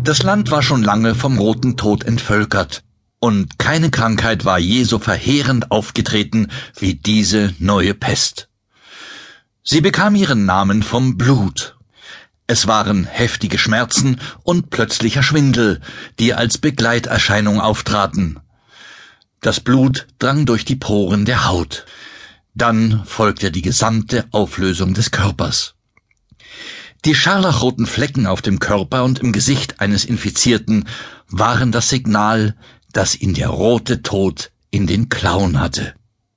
Das Land war schon lange vom Roten Tod entvölkert, und keine Krankheit war je so verheerend aufgetreten wie diese neue Pest. Sie bekam ihren Namen vom Blut. Es waren heftige Schmerzen und plötzlicher Schwindel, die als Begleiterscheinung auftraten. Das Blut drang durch die Poren der Haut. Dann folgte die gesamte Auflösung des Körpers. Die scharlachroten Flecken auf dem Körper und im Gesicht eines Infizierten waren das Signal, dass ihn der Rote Tod in den Klauen hatte.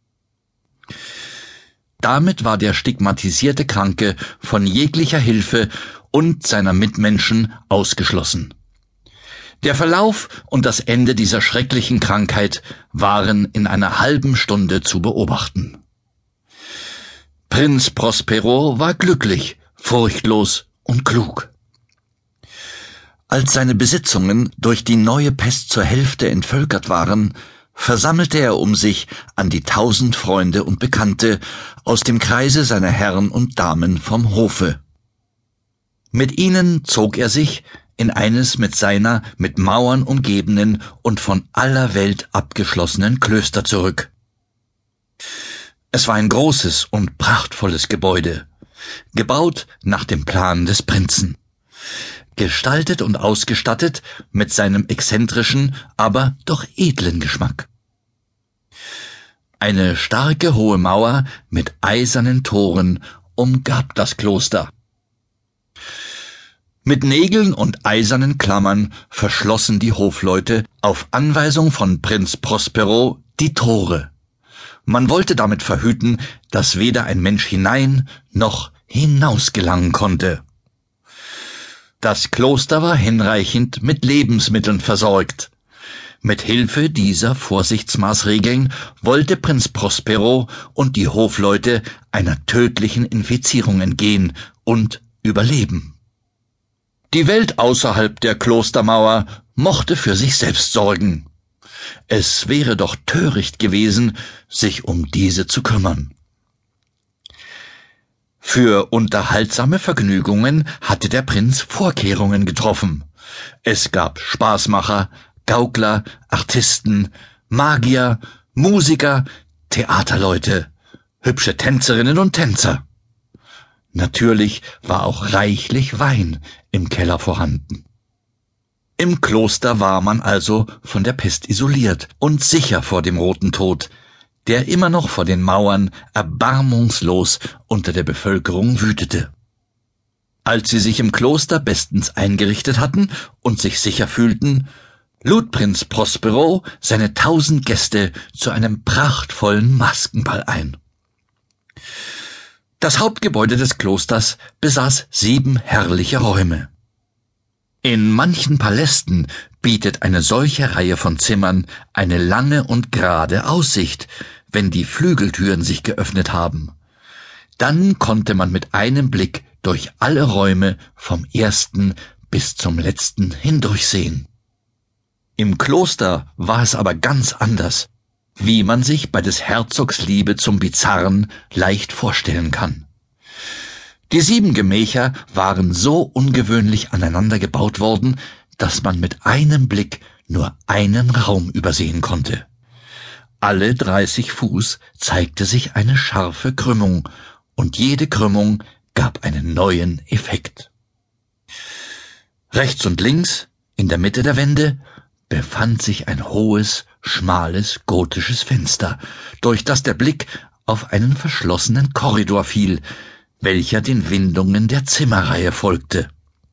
Damit war der stigmatisierte Kranke von jeglicher Hilfe und seiner Mitmenschen ausgeschlossen. Der Verlauf und das Ende dieser schrecklichen Krankheit waren in einer halben Stunde zu beobachten. Prinz Prospero war glücklich, furchtlos und klug. Als seine Besitzungen durch die neue Pest zur Hälfte entvölkert waren, versammelte er um sich an die 1000 Freunde und Bekannte aus dem Kreise seiner Herren und Damen vom Hofe. Mit ihnen zog er sich in eines mit Mauern umgebenen und von aller Welt abgeschlossenen Klöster zurück. Es war ein großes und prachtvolles Gebäude, gebaut nach dem Plan des Prinzen, gestaltet und ausgestattet mit seinem exzentrischen, aber doch edlen Geschmack. Eine starke hohe Mauer mit eisernen Toren umgab das Kloster. Mit Nägeln und eisernen Klammern verschlossen die Hofleute auf Anweisung von Prinz Prospero die Tore. Man wollte damit verhüten, dass weder ein Mensch hinein noch hinaus gelangen konnte. Das Kloster war hinreichend mit Lebensmitteln versorgt. Mit Hilfe dieser Vorsichtsmaßregeln wollte Prinz Prospero und die Hofleute einer tödlichen Infizierung entgehen und überleben. Die Welt außerhalb der Klostermauer mochte für sich selbst sorgen. Es wäre doch töricht gewesen, sich um diese zu kümmern. Für unterhaltsame Vergnügungen hatte der Prinz Vorkehrungen getroffen. Es gab Spaßmacher, Gaukler, Artisten, Magier, Musiker, Theaterleute, hübsche Tänzerinnen und Tänzer. Natürlich war auch reichlich Wein im Keller vorhanden. Im Kloster war man also von der Pest isoliert und sicher vor dem Roten Tod, der immer noch vor den Mauern erbarmungslos unter der Bevölkerung wütete. Als sie sich im Kloster bestens eingerichtet hatten und sich sicher fühlten, lud Prinz Prospero seine 1000 Gäste zu einem prachtvollen Maskenball ein. Das Hauptgebäude des Klosters besaß 7 herrliche Räume. In manchen Palästen bietet eine solche Reihe von Zimmern eine lange und gerade Aussicht, wenn die Flügeltüren sich geöffnet haben. Dann konnte man mit einem Blick durch alle Räume vom ersten bis zum letzten hindurchsehen. Im Kloster war es aber ganz anders, wie man sich bei des Herzogs Liebe zum Bizarren leicht vorstellen kann. Die 7 Gemächer waren so ungewöhnlich aneinander gebaut worden, dass man mit einem Blick nur einen Raum übersehen konnte. Alle 30 Fuß zeigte sich eine scharfe Krümmung, und jede Krümmung gab einen neuen Effekt. Rechts und links, in der Mitte der Wände, befand sich ein hohes, schmales, gotisches Fenster, durch das der Blick auf einen verschlossenen Korridor fiel, welcher den Windungen der Zimmerreihe folgte.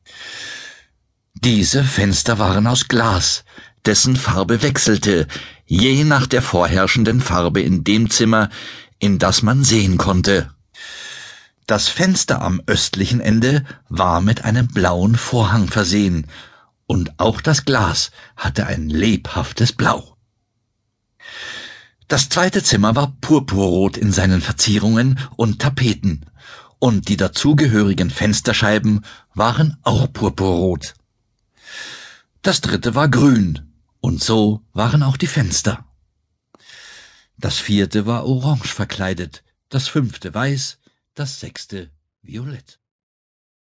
Diese Fenster waren aus Glas, dessen Farbe wechselte, je nach der vorherrschenden Farbe in dem Zimmer, in das man sehen konnte. Das Fenster am östlichen Ende war mit einem blauen Vorhang versehen, und auch das Glas hatte ein lebhaftes Blau. Das zweite Zimmer war purpurrot in seinen Verzierungen und Tapeten, und die dazugehörigen Fensterscheiben waren auch purpurrot. Das dritte war grün, und so waren auch die Fenster. Das vierte war orange verkleidet, das 5. weiß, das 6. violett.